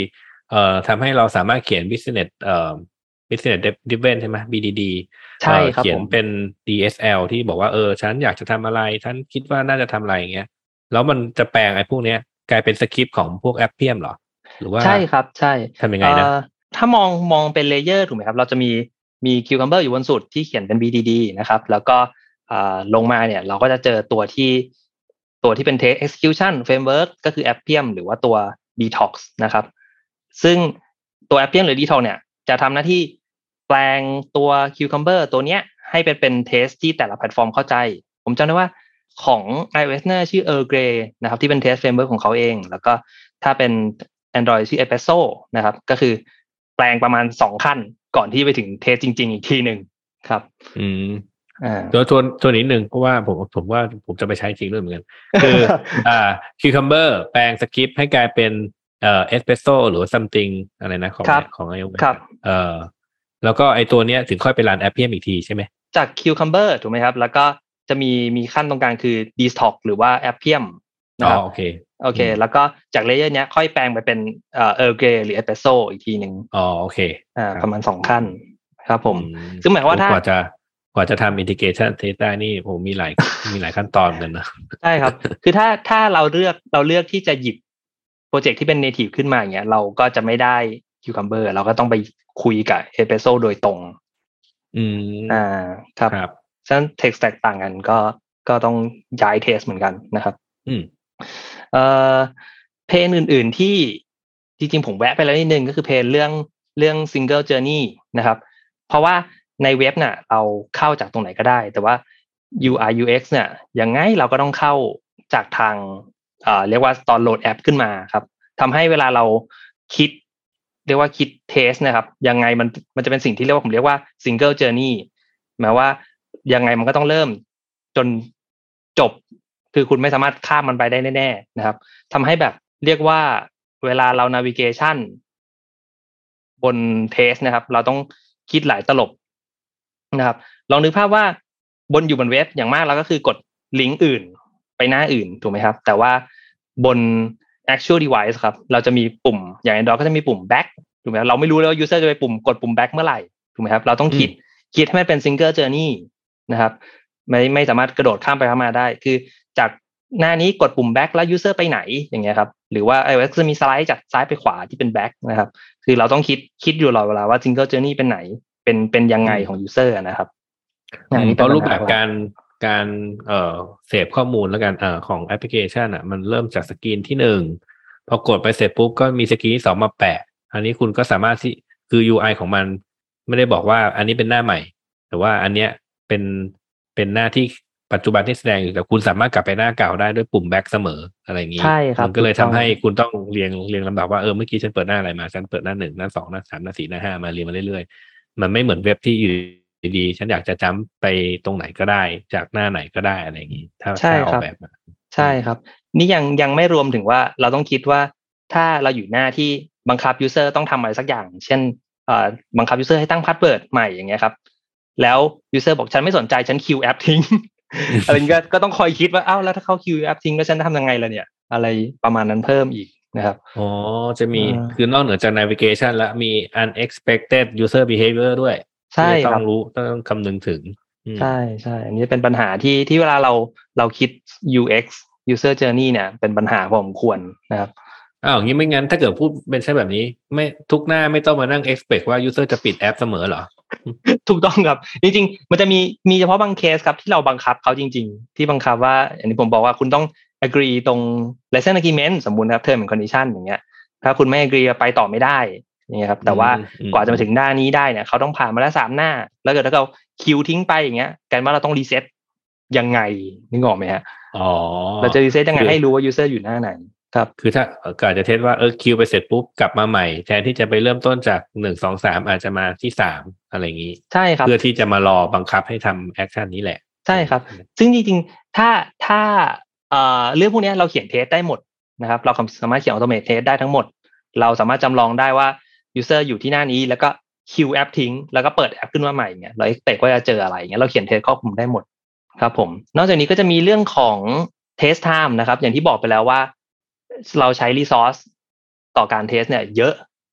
S1: เอ่อทำให้เราสามารถเขียน business เอ่อ business driven ใช่ไหม บี ดี ดี
S4: ใช่ครับ
S1: เขียน
S4: ผม
S1: เป็น ดี เอส แอล ที่บอกว่าเออฉันอยากจะทำอะไรฉันคิดว่าน่าจะทำอะไรอย่างเงี้ยแล้วมันจะแปลงไอ้พวกเนี้ยกลายเป็นสคริปต์ของพวก Appium เหรอหรือว่า
S4: ใช่ครับใช่
S1: ทำยังไงนะ
S4: ถ้ามองมองเป็นเลเยอร์ถูกไหมครับเราจะมีมี Cucumber อยู่บนสุดที่เขียนเป็น บี ดี ดี นะครับแล้วก็ลงมาเนี่ยเราก็จะเจอตัวที่ตัวที่เป็น Test Execution Framework ก็คือ Appium หรือว่าตัว Detox นะครับซึ่งตัว Appium หรือ Detox เนี่ยจะทำหน้าที่แปลงตัว Cucumber ตัวเนี้ยให้เป็นเป็น Test ที่แต่ละแพลตฟอร์มเข้าใจผมจำได้ว่าของ iOS น่าชื่อ Earl Grey นะครับที่เป็น Test Framework ของเขาเองแล้วก็ถ้าเป็น Android ชื่อ Espresso นะครับก็คือแปลงประมาณสองขั้นก่อนที่ไปถึงเทสจริงๆอีกทีหนึ่งครับ
S1: อืมอ่าตัวตัวตัวนี้หนึ่งเพราะว่าผมผมว่าผมจะไปใช้จริงด้วยเหมือนกันคืออ่า Cucumber แปลงสคริปต์ให้กลายเป็นเอ่อ Espresso หรือ something อะไรนะของของ iOS
S4: ครับ
S1: เอ่อแล้วก็ไอตัวเนี้ยถึงค่อยไปรัน Appium อีกทีใช่ไหม
S4: จาก Cucumber ถูกไหมครับแล้วก็จะมีมีขั้นตรงกลางคือ Detox หรือว่า Appium
S1: นะครับโอเค
S4: โอเคแล้วก็จากเลเยอร์เนี้ยค่อยแปลงไปเป็นเอ่อ Earl Grey หรือ Espresso อีกทีนึง
S1: อ๋อโอเค
S4: อ่าประมาณสองขั้นครับผมซึ่งหมายว่าถ้าก
S1: ว่าจะกว่าจะทำ integration test ได้นี่ผมมีหลายมีหลายขั้นตอนกันนะ
S4: ใช่ครับคือถ้าถ้าเราเลือกเราเลือกที่จะหยิบโปรเจกต์ที่เป็น native ขึ้นมาอย่างเงี้ยเราก็จะไม่ได้ Cucumber เราก็ต้องไปคุยกับ Espresso โดยตรง
S1: อืม
S4: อ่าครับครับฉะนั้น text stack ต่างกันก็ก็ต้องย้าย test เหมือนกันนะครับ
S1: อืม
S4: เอ่อเพนอื่นๆที่จริงๆผมแวะไปแล้วนิดนึงก็คือเพนเรื่องเรื่อง single journey นะครับเพราะว่าในเว็บน่ะเราเข้าจากตรงไหนก็ได้แต่ว่า ยู ไอ ยู เอ็กซ์ เนี่ยยังไงเราก็ต้องเข้าจากทางเอ่อเรียกว่าตอนโหลดแอปขึ้นมาครับทำให้เวลาเราคิดเรียกว่าคิดเทสนะครับยังไงมันมันจะเป็นสิ่งที่เรียกว่าผมเรียกว่า single journey หมายว่ายังไงมันก็ต้องเริ่มจนจบคือคุณไม่สามารถข้ามมันไปได้แน่ๆนะครับทำให้แบบเรียกว่าเวลาเรา navigation บนเทสนะครับเราต้องคิดหลายตลบนะครับลองนึกภาพว่าบนอยู่บนเว็บอย่างมากเราก็คือกดลิงก์อื่นไปหน้าอื่นถูกไหมครับแต่ว่าบน actual device ครับเราจะมีปุ่มอย่าง Android ก็จะมีปุ่ม back ถูกไหมเราไม่รู้เลยว่า user จะไปปุ่มกดปุ่ม back เมื่อไหร่ถูกไหมครับเราต้องคิดคิดให้มันเป็น single journey นะครับไม่ไม่สามารถกระโดดข้ามไปข้ามมาได้คือจากหน้านี้กดปุ่ม back แล้ว user ไปไหนอย่างเงี้ยครับหรือว่า iOS จะมีสไลด์จากซ้ายไปขวาที่เป็น back นะครับคือเราต้องคิดคิดอยู่ตลอดเวลาว่า single journey เป็นไหนเป็นเป็นยังไงของ user นะครับ
S1: เพราะรูปแบบการการเอ่อเสพข้อมูลแล้วกันเอ่อของแอปพลิเคชันอ่ะมันเริ่มจากสกรีนที่หนึ่งพอกดไปเสร็จปุ๊บก็มีสกรีนที่สองมาแปะอันนี้คุณก็สามารถที่คือ ยู ไอ ของมันไม่ได้บอกว่าอันนี้เป็นหน้าใหม่แต่ว่าอันเนี้ยเป็นเป็นหน้าที่ปัจจุบันที่แสดงอยู่แต่คุณสามารถกลับไปหน้าเก่าได้ด้วยปุ่ม back เสมออะไรอย่างนี้
S4: ใช่ครับ
S1: มันก็เลยทำให้คุณต้องเรียงเรียงลำดับว่าเออเมื่อกี้ฉันเปิดหน้าอะไรมาฉันเปิดหน้าหนึ่งหน้าสองหน้าสามหน้าสี่หน้าห้ามาเรียงมาเรื่อยๆมันไม่เหมือนเว็บที่อยู่ดีๆฉันอยากจะจัมป์ไปตรงไหนก็ได้จากหน้าไหนก็ได้อะไรอย่างนี้ถ้าถ้าออกแบบมา
S4: ใช่ครับนี่ยังยังไม่รวมถึงว่าเราต้องคิดว่าถ้าเราอยู่หน้าที่บังคับ user ต้องทำอะไรสักอย่างเช่นเอ่อบังคับ user ให้ตั้งพาสเวิร์ดใหม่อย่างเงี้ยครับแล้ว user บอกฉันไม่สนใจฉันคิวแอปทิ้ง อะไรก็ก็ต้องคอยคิดว่าอ้าวแล้วถ้าเขาคิวแอปทิ้งแล้วฉันจะทำยังไงล่ะเนี่ยอะไรประมาณนั้นเพิ่มอีกนะครับ
S1: อ๋อจะมีคือนอกเหนือจาก navigation แล้วมี unexpected user behavior ด้วย
S4: ใช่
S1: ต้องรู้ต้องคำนึงถึง
S4: ใช่ใช่อันนี้เป็นปัญหาที่ที่เวลาเราเราคิด ยู เอ็กซ์ user journey เนี่ยเป็นปัญหาพอสมควรนะครับ
S1: อ้าวงี้ไม่งั้นถ้าเกิดพูดเป็นใช่แบบนี้ไม่ทุกหน้าไม่ต้องมานั่ง expect ว่า user จะปิดแอปเสมอเหรอ
S4: ถูกต้องครับจริงๆมันจะมีมีเฉพาะบางเคสครับที่เราบังคับเขาจริงๆที่บังคับว่าอย่างที่ผมบอกว่าคุณต้อง agree ตรง license agreement สมบูรณ์ครับ term and condition อย่างเงี้ยถ้าคุณไม่ agree ไปต่อไม่ได้อย่างเงี้ยครับแต่ว่ากว่าจะมาถึงหน้านี้ได้เนี่ยเขาต้องผ่านมาแล้วสามหน้าแล้วเกิดถ้าเราคิวทิ้งไปอย่างเงี้ยกันว่าเราต้องรีเซ็ตยังไงนึกออกไหมฮะ
S1: อ๋อ
S4: เราจะรีเซ็ตยังไงให้รู้ว่า user อยู่หน้าไหนครับ
S1: คือถ้าก็จะเทสว่าเออคิวไปเสร็จปุ๊บกลับมาใหม่แทนที่จะไปเริ่มต้นจากหนึ่ง สอง สามอาจจะมาที่สามอะไรอย่างงี้
S4: ใช่ครับ
S1: เพื่อที่จะมารอบังคับให้ทำแอคชั่นนี้แหละ
S4: ใช่ครับซึ่งจริงๆถ้าถ้าเอ่อเรื่องพวกนี้เราเขียนเทสได้หมดนะครับเราสามารถเขียนออโตเมทเทสได้ทั้งหมดเราสามารถจำลองได้ว่า user อยู่ที่หน้านี้แล้วก็คิวแอปทิ้งแล้วก็เปิดแอปขึ้นมาใหม่เนี่ยเรา expect ว่าจะเจออะไรเงี้ยเราเขียนเทสครอบคลุมได้หมดครับผมนอกจากนี้ก็จะมีเรื่องของ test time นะครับอย่างที่บอกไปแล้วว่าเราใช้ resource ต่อการเทสเนี่ยเยอะ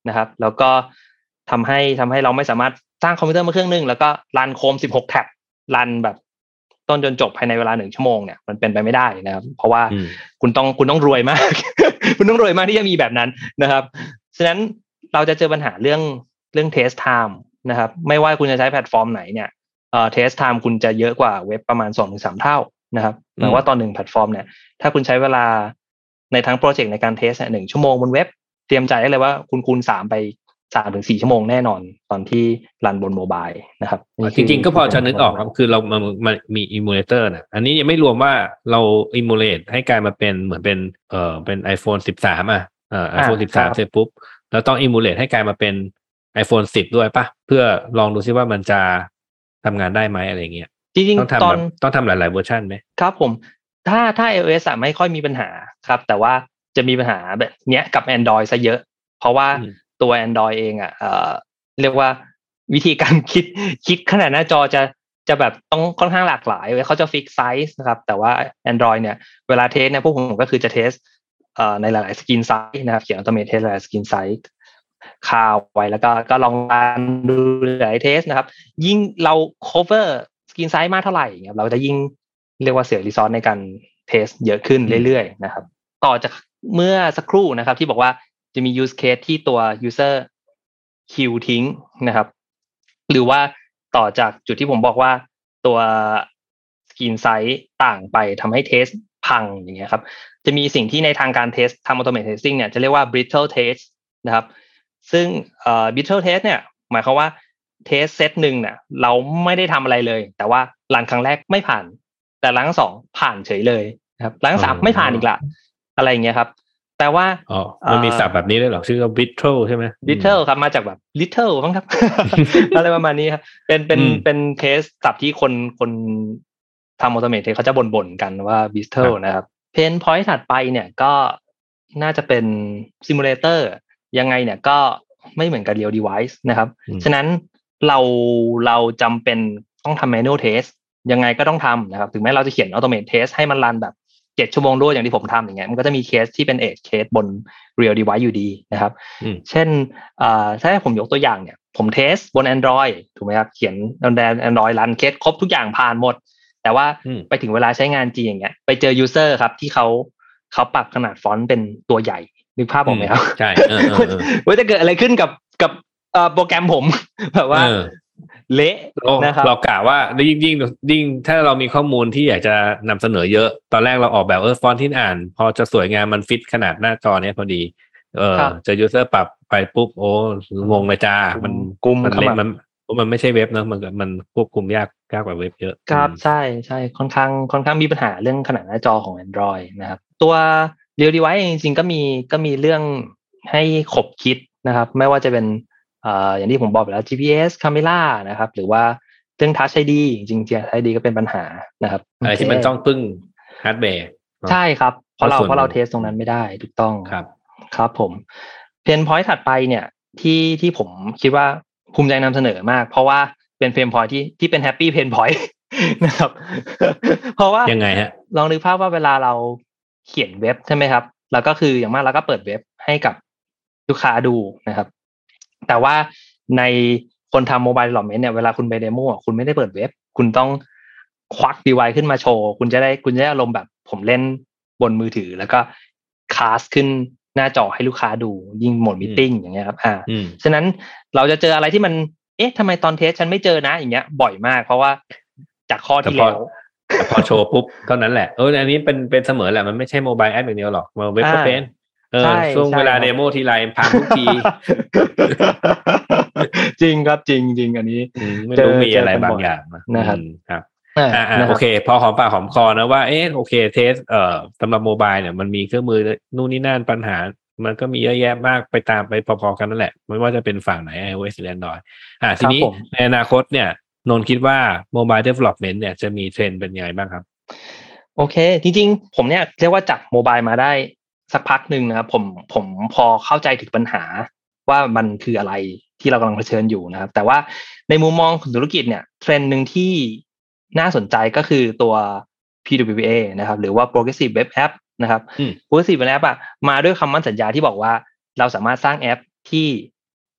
S4: นะครับแล้วก็ทำให้ทำให้เราไม่สามารถสร้างคอมพิวเตอร์มาเครื่องนึงแล้วก็รันโคมสิบหกแท็บรันแบบต้นจนจบภายในเวลาหนึ่งชั่วโมงเนี่ยมันเป็นไปไม่ได้นะครับเพราะว่าคุณต้องคุณต้องรวยมาก คุณต้องรวยมากที่จะมีแบบนั้นนะครับฉะนั้นเราจะเจอปัญหาเรื่องเรื่อง test time นะครับไม่ว่าคุณจะใช้แพลตฟอร์มไหนเนี่ยเอ่อ test time คุณจะเยอะกว่าเว็บประมาณ สองถึงสาม เท่านะครับหมายว่าตอนหนึ่งแพลตฟอร์มเนี่ยถ้าคุณใช้เวลาในทั้งโปรเจกต์ในการเทสเนี่ยหนึ่งชั่วโมงบนเว็บเตรียมใจได้เลยว่าคุณคูณสามไป สามถึงสี่ ชั่วโมงแน่นอนตอนที่รันบนโมบายนะครับ
S1: จริงๆก็พอจะนึกออกครับคือเรามันมีอิมูเลเตอร์นะอันนี้ยังไม่รวมว่าเราอิมูเลตให้กลายมาเป็นเหมือนเป็นเอ่อเป็น iPhone สิบสาม อ่ะเอ่อ iPhone สิบสามเสร็จปุ๊บแล้วต้องอิมูเลตให้กลายมาเป็น iPhone สิบด้วยป่ะเพื่อลองดูซิว่ามันจะทำงานได้ไหมอะไรเงี้ย
S4: จริงๆตอน
S1: ต้องทำหลายๆเวอร์ชันไหม
S4: ครับผมถ้าถ้า iOS อ่ะไม่ค่อยมีปัญหาครับแต่ว่าจะมีปัญหาแบบเนี้ยกับ Android ซะเยอะเพราะว่าตัว Android เองอ่ะเอ่อเรียกว่าวิธีการคิดคิดขนาดหน้าจอจะจะแบบต้องค่อนข้างหลากหลายเขาจะฟิกไซส์นะครับแต่ว่า Android เนี่ยเวลาเทสเนี่ยพวกผมก็คือจะเทสเอ่อในหลายๆสกรีนไซส์นะครับเขียนออโตเมทเทสหลายสกรีนไซส์คาวไว้แล้วก็ก็ลองรันดูหลายเทสนะครับยิ่งเรา cover สกรีนไซส์มากเท่าไหร่เนี่ยเราจะยิ่งเรียกว่าเสียรีซอสในการเทสเยอะขึ้นเรื่อยๆนะครับต่อจากเมื่อสักครู่นะครับที่บอกว่าจะมี use case ที่ตัว user queue ทิ้งนะครับหรือว่าต่อจากจุดที่ผมบอกว่าตัว screen size ต่างไปทำให้ test พังอย่างเงี้ยครับจะมีสิ่งที่ในทางการ test ทำ automate testing เนี่ยจะเรียกว่า brittle test นะครับซึ่งเอ่อ brittle test เนี่ยหมายความว่า test set หนึ่งเนี่ยเราไม่ได้ทำอะไรเลยแต่ว่ารันครั้งแรกไม่ผ่านแต่รันที่สองผ่านเฉยเลยนะครับรันที่สามไม่ผ่านอีกละอะไรอย่างเงี้ยครับแต่ว่า
S1: อ๋อมันมีศัพท์แบบนี้ด้วยหรอชื่อว่า brittle ใช่ไหม
S4: brittle ครับมาจากแบบ little มั้งครับ อะไรประมาณนี้ครับเป็นเป็นเป็นเคสศัพท์ที่คนคนทำ automate เขาจะบ่นๆกันว่า brittle นะครับ pain point ถัดไปเนี่ยก็น่าจะเป็น simulator ยังไงเนี่ยก็ไม่เหมือนกับ real device นะครับฉะนั้นเราเราจำเป็นต้องทำ manual test ยังไงก็ต้องทำนะครับถึงแม้เราจะเขียน automate test ให้มันรันแบบเจ็ดชั่วโมงด้วยอย่างที่ผมทำอย่างเงี้ยมันก็จะมีเคสที่เป็น edge case บน real device อยู่ดีนะครับเช่นถ้าให้ผมยกตัวอย่างเนี่ยผมเทสบน Android ถูกไหมครับเขียน Android รันเคสครบทุกอย่างผ่านหมดแต่ว่าไปถึงเวลาใช้งานจริงอย่างเงี้ยไปเจอ user ครับที่เขาเขาปรับขนาดฟอนต์เป็นตัวใหญ่นึกภาพออกไหมครับ
S1: ใช่
S4: ว่าจะเกิดอะไรขึ้นกับกับโปรแกรมผมแบบว่าเละนะครับ
S1: เรากะว่ายิ่งยิ่งยิ่งถ้าเรามีข้อมูลที่อยากจะนำเสนอเยอะตอนแรกเราออกแบบเออฟอนต์ที่อ่านพอจะสวยงามมันฟิตขนาดหน้าจอเนี้ยพอดีเออจะยูเซอร์ปรับไปปุ๊บโอ้งงเลยจ้ามัน
S4: กุม
S1: มันเละมันมันไม่ใช่เว็บนะมันมันควบคุมยากยากกว่าเว็บเยอะ
S4: ครับใช่ใช่ค่อนข้างค่อนข้างมีปัญหาเรื่องขนาดหน้าจอของ Android นะครับตัว Real Device จริงๆก็มีก็มีเรื่องให้ขบคิดนะครับไม่ว่าจะเป็นอ่าอย่างที่ผมบอกไปแล้ว จี พี เอส Camera นะครับหรือว่าเรื่อง Touch ไอ ดี จริงๆ Touch ไอ ดี ก็เป็นปัญหานะครับ
S1: อะไรที่มันต้องพึ่งฮาร์ดแวร์
S4: ใช่ครับเพราะเราเพราะเราเทสตรงนั้นไม่ได้ถูกต้อง
S1: ครับ
S4: ครับผมเพนพอยต์ถัดไปเนี่ยที่ที่ผมคิดว่าภูมิใจนำเสนอมากเพราะว่าเป็นเพนพอยต์ที่ที่เป็นแฮปปี้เพนพอยต์นะครับเพราะว่า
S1: ยังไงฮะ
S4: ลองนึกภาพว่าเวลาเราเขียนเว็บใช่ไหมครับแล้วก็คืออย่างมากเราก็เปิดเว็บให้กับลูกค้าดูนะครับแต่ว่าในคนทำโมบายดีเวลอปเมนต์เนี่ยเวลาคุณไปเดโมคุณไม่ได้เปิดเว็บคุณต้องควักดีไวซ์ขึ้นมาโชว์คุณจะได้คุณจะได้อารมณ์แบบผมเล่นบนมือถือแล้วก็คาสขึ้นหน้าจอให้ลูกค้าดูยิ่งโหมดมีตติ้งอย่างเงี้ยครับอ่าฉะนั้นเราจะเจออะไรที่มันเอ๊ะทำไมตอนเทสฉันไม่เจอนะอย่างเงี้ยบ่อยมากเพราะว่าจากข้อที่แล้ว
S1: พอโชว์ปุ๊บเท่านั้นแหละเอออันนี้เป็นเป็นเสมอแหละมันไม่ใช่โมบายแอปอย่างเดียวหรอกมาเว็บก็เป็นเออช่วงเวลาเดโมทีไรพังทุกที
S4: จริงครับจริงจริงอันนี้
S1: ไม่รู้มีอะไรบางอย่าง
S4: นะครับ
S1: ครับอ่าโอเคพอหอมปากหอมคอนะว่าเออโอเคเทสเอ่อสำหรับโมบายเนี่ยมันมีเครื่องมือนู่นนี่นั่นปัญหามันก็มีเยอะแยะมากไปตามไปพอๆกันนั่นแหละไม่ว่าจะเป็นฝั่งไหน iOS หรือ Android อ่าทีนี้ในอนาคตเนี่ยนนท์คิดว่า Mobile Development เนี่ยจะมีเทรนด์เป็นยังไงบ้างครับ
S4: โอเคจริงๆผมเนี่ยเรียกว่าจับโมบายมาได้สักพักนึงนะครับผมผมพอเข้าใจถึงปัญหาว่ามันคืออะไรที่เรากำลังเผชิญอยู่นะครับแต่ว่าในมุมมองของธุรกิจเนี่ยเทรนด์นึงที่น่าสนใจก็คือตัว พี ดับเบิลยู เอ นะครับหรือว่า Progressive Web App นะครับ Progressive Web App อ่ะมาด้วยคำมั่นสัญญาที่บอกว่าเราสามารถสร้างแอปที่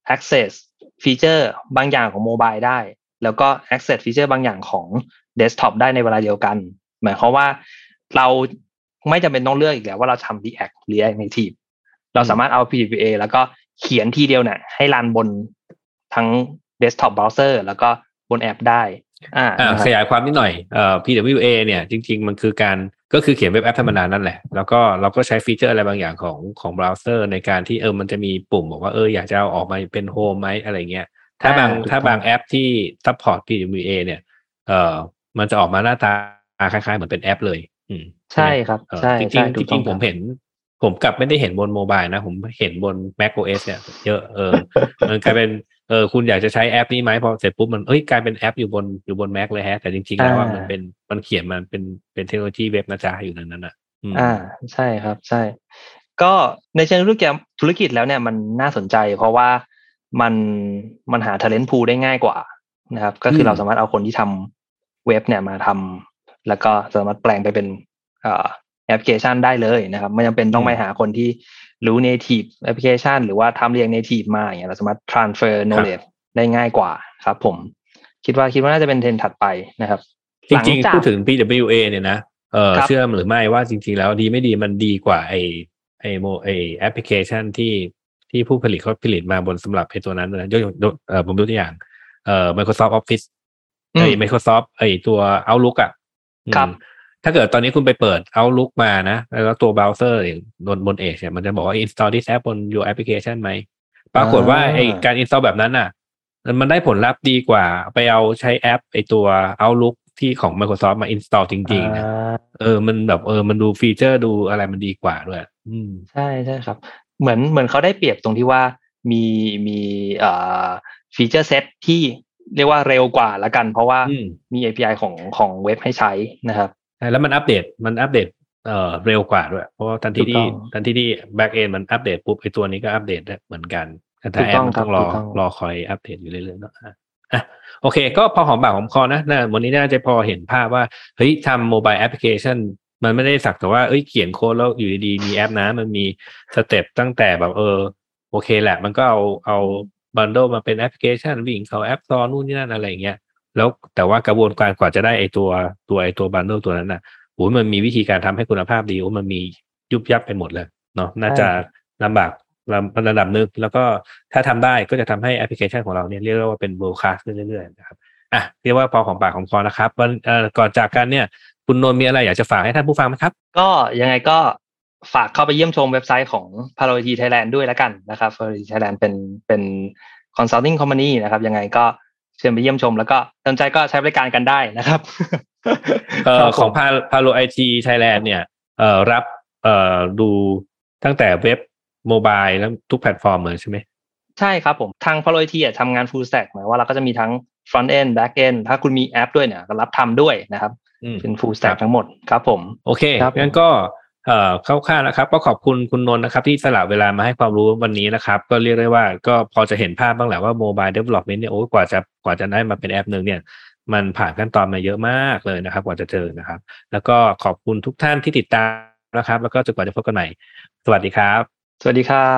S4: access ฟีเจอร์บางอย่างของโมบายได้แล้วก็ access ฟีเจอร์บางอย่างของ desktop ได้ในเวลาเดียวกันหมายความว่าเราไม่จำเป็นต้องเลือกอีกแล้วว่าเราทำ React หรือ React Native เราสามารถเอา พี ดับเบิลยู เอ แล้วก็เขียนทีเดียวเนี่ยให้รันบนทั้ง desktop browser แล้วก็บนแอปได้อ่า
S1: ขยายความนิดหน่อยเอ่อ พี ดับเบิลยู เอ เนี่ยจริงๆมันคือการก็คือเขียนเว็บแอปธรรมดานั่นแหละแล้วก็เราก็ใช้ฟีเจอร์อะไรบางอย่างของของเบราว์เซอร์ในการที่เออมันจะมีปุ่มบอกว่าเอออยากจะเอาออกมาเป็นโฮมไหมอะไรเงี้ยถ้าบางถ้าบางแอปที่ซัพพอร์ต พี ดับเบิลยู เอ เนี่ยเอ่อมันจะออกมาหน้าตาคล้ายๆเหมือนเป็นแอปเลยอืม
S4: ใช่ครับใช่
S1: จริงๆจริงๆผมเห็นผมกลับไม่ได้เห็นบนโมบายนะผมเห็นบน macOS เนี่ยเยอะเออมันกลายเป็นเออคุณอยากจะใช้แอปนี้ไหมพอเสร็จปุ๊บมันเอ้ยกลายเป็นแอปอยู่บนอยู่บน Mac เลยฮะแต่จริงๆแล้วว่ามันเป็นมันเขียนมันเป็นเป็นเทคโนโลยีเว็บนะจ๊ะอยู่ในนั้นน่ะ
S4: อ่าใช่ครับใช่ก็ในเชิงธุรกิจธุรกิจแล้วเนี่ยมันน่าสนใจเพราะว่ามันมันหา talent pool ได้ง่ายกว่านะครับก็คือเราสามารถเอาคนที่ทำเว็บเนี่ยมาทำแล้วก็สามารถแปลงไปเป็นเอ่อแอปพลิเคชันได้เลยนะครับไม่จำเป็นต้องไปหาคนที่รู้ native application หรือว่าทำเรียง native มาอย่างเงี้ยเราสามารถ transfer knowledge ได้ง่ายกว่าครับผมคิดว่าคิดว่าน่าจะเป็นเทรนด์ถัดไปนะครับ
S1: จริงๆพูดถึง พี ดับเบิลยู เอ เนี่ยนะเออเชื่อหรือไม่ว่าจริงๆแล้วดีไม่ดีมันดีกว่าไอไอโมไอแอปพลิเคชันที่ที่ผู้ผลิตเขาผลิตมาบนสำหรับไอตัวนั้นนะยกเอ่อผมยกตัวอย่างเอ่อ Microsoft Office ไอ้ Microsoft ไอ้ตัว Outlook อ่ะ
S4: ครับ
S1: ถ้าเกิดตอนนี้คุณไปเปิด Outlook มานะแล้วตัวเบราว์เซอร์บนบน Edge เนี่ยมันจะบอกว่า install this app on your application ไหมปรากฏว่าไอ้การ install แบบนั้นน่ะมันได้ผลลัพธ์ดีกว่าไปเอาใช้แอปไอ้ตัว Outlook ที่ของ Microsoft มา install จริงๆนะเออมันแบบเออมันดูฟีเจอร์ดูอะไรมันดีกว่าด้วยอืม
S4: ใช่ใช่ครับเหมือนเหมือนเขาได้เปรียบตรงที่ว่ามีมีเอ่อฟีเจอร์เซตที่เรียกว่าเร็วกว่าละกันเพราะว่ามี เอ พี ไอ ของของเว็บให้ใช้นะครับ
S1: แล้วมันอัปเดตมันอัปเดตเอ่อเร็วกว่าด้วยเพราะว่าทันทีที่ทันทีที่ back end มันอัปเดตปุ๊บไอ้ตัวนี้ก็อัปเดตได้เหมือนกันแต่แอปมันต้องรอรอคอยอัปเดตอยู่เรื่อยๆเนาะอ่ะโอเคก็พอหอมปากหอมคอนะนะวันนี้น่าจะพอเห็นภาพว่าเฮ้ยทำโมบายแอปพลิเคชันมันไม่ได้สักแต่ว่าเอ้ยเขียนโค้ดแล้วอยู่ดีๆมีแอปนะมันมีสเต็ปตั้งแต่แบบเออโอเคแหละมันก็เอาเอาบันโดลมาเป็นแอปพลิเคชันวิ่งเข้าแอปสโตร์นู่นนี่นั่นอะไรอย่างเงี้ยแล้วแต่ว่ากระบวนการกว่าจะได้ไอตัวตัวไอตัวบันโดลตัวนั้นน่ะโอ้ยมันมีวิธีการทำให้คุณภาพดีโอ้มันมียุบยับไปหมดเลยเนาะน่าจะลำบากระดับนึงแล้วก็ถ้าทำได้ก็จะทำให้แอปพลิเคชันของเราเนี่ยเรียกว่าเป็น world class ขึ้นเรื่อยๆนะครับอ่ะเรียกว่าพอของปากของคอนะครับวันเอ่อก่อนจากกันเนี่ยคุณนนท์มีอะไรอยากจะฝากให้ท่านผู้ฟังไหมครับ
S4: ก็ยังไงก็ฝากเข้าไปเยี่ยมชมเว็บไซต์ของ Parallel Thailand ด้วยแล้วกันนะครับ Parallel Thailand เป็นเป็น consulting company นะครับยังไงก็เชิญไปเยี่ยมชมแล้วก็สนใจก็ใช้บริการกันได้นะครับ
S1: เอ่อของ Parallel ไอ ที Thailand เนี่ยเอ่อรับเอ่อดูตั้งแต่เว็บโมบายแล้วทุกแพลตฟอร์มเลยใช่ไหม
S4: ใช่ครับผมทาง Parallel ไอ ที อ่ะทำงาน full stack หมายว่าเราก็จะมีทั้ง front end back end ถ้าคุณมีแอปด้วยเนี่ยก็รับทำด้วยนะครับเป็น full stack ทั้งหมดครับผม
S1: โอเคงั้นก็เอ่อคร่าวๆนะครับก็ขอบคุณคุณนนท์นะครับที่สละเวลามาให้ความรู้วันนี้นะครับก็เรียกได้ว่าก็พอจะเห็นภาพบ้างแหละว่า mobile development เนี่ยโอ้กว่าจะกว่าจะได้มาเป็นแอปนึงเนี่ยมันผ่านขั้นตอนมาเยอะมากเลยนะครับกว่าจะเจอนะครับแล้วก็ขอบคุณทุกท่านที่ติดตามนะครับแล้วก็จนกว่าจะพบกันใหม่สวัสดีครับ
S4: สวัสดีครับ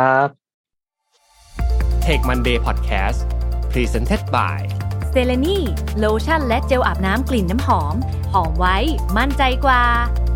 S2: Tech Monday Podcast Presented by
S3: เซเลนีโลชั่นและเจลอาบน้ำกลิ่นน้ำหอมหอมไว้มั่นใจกว่า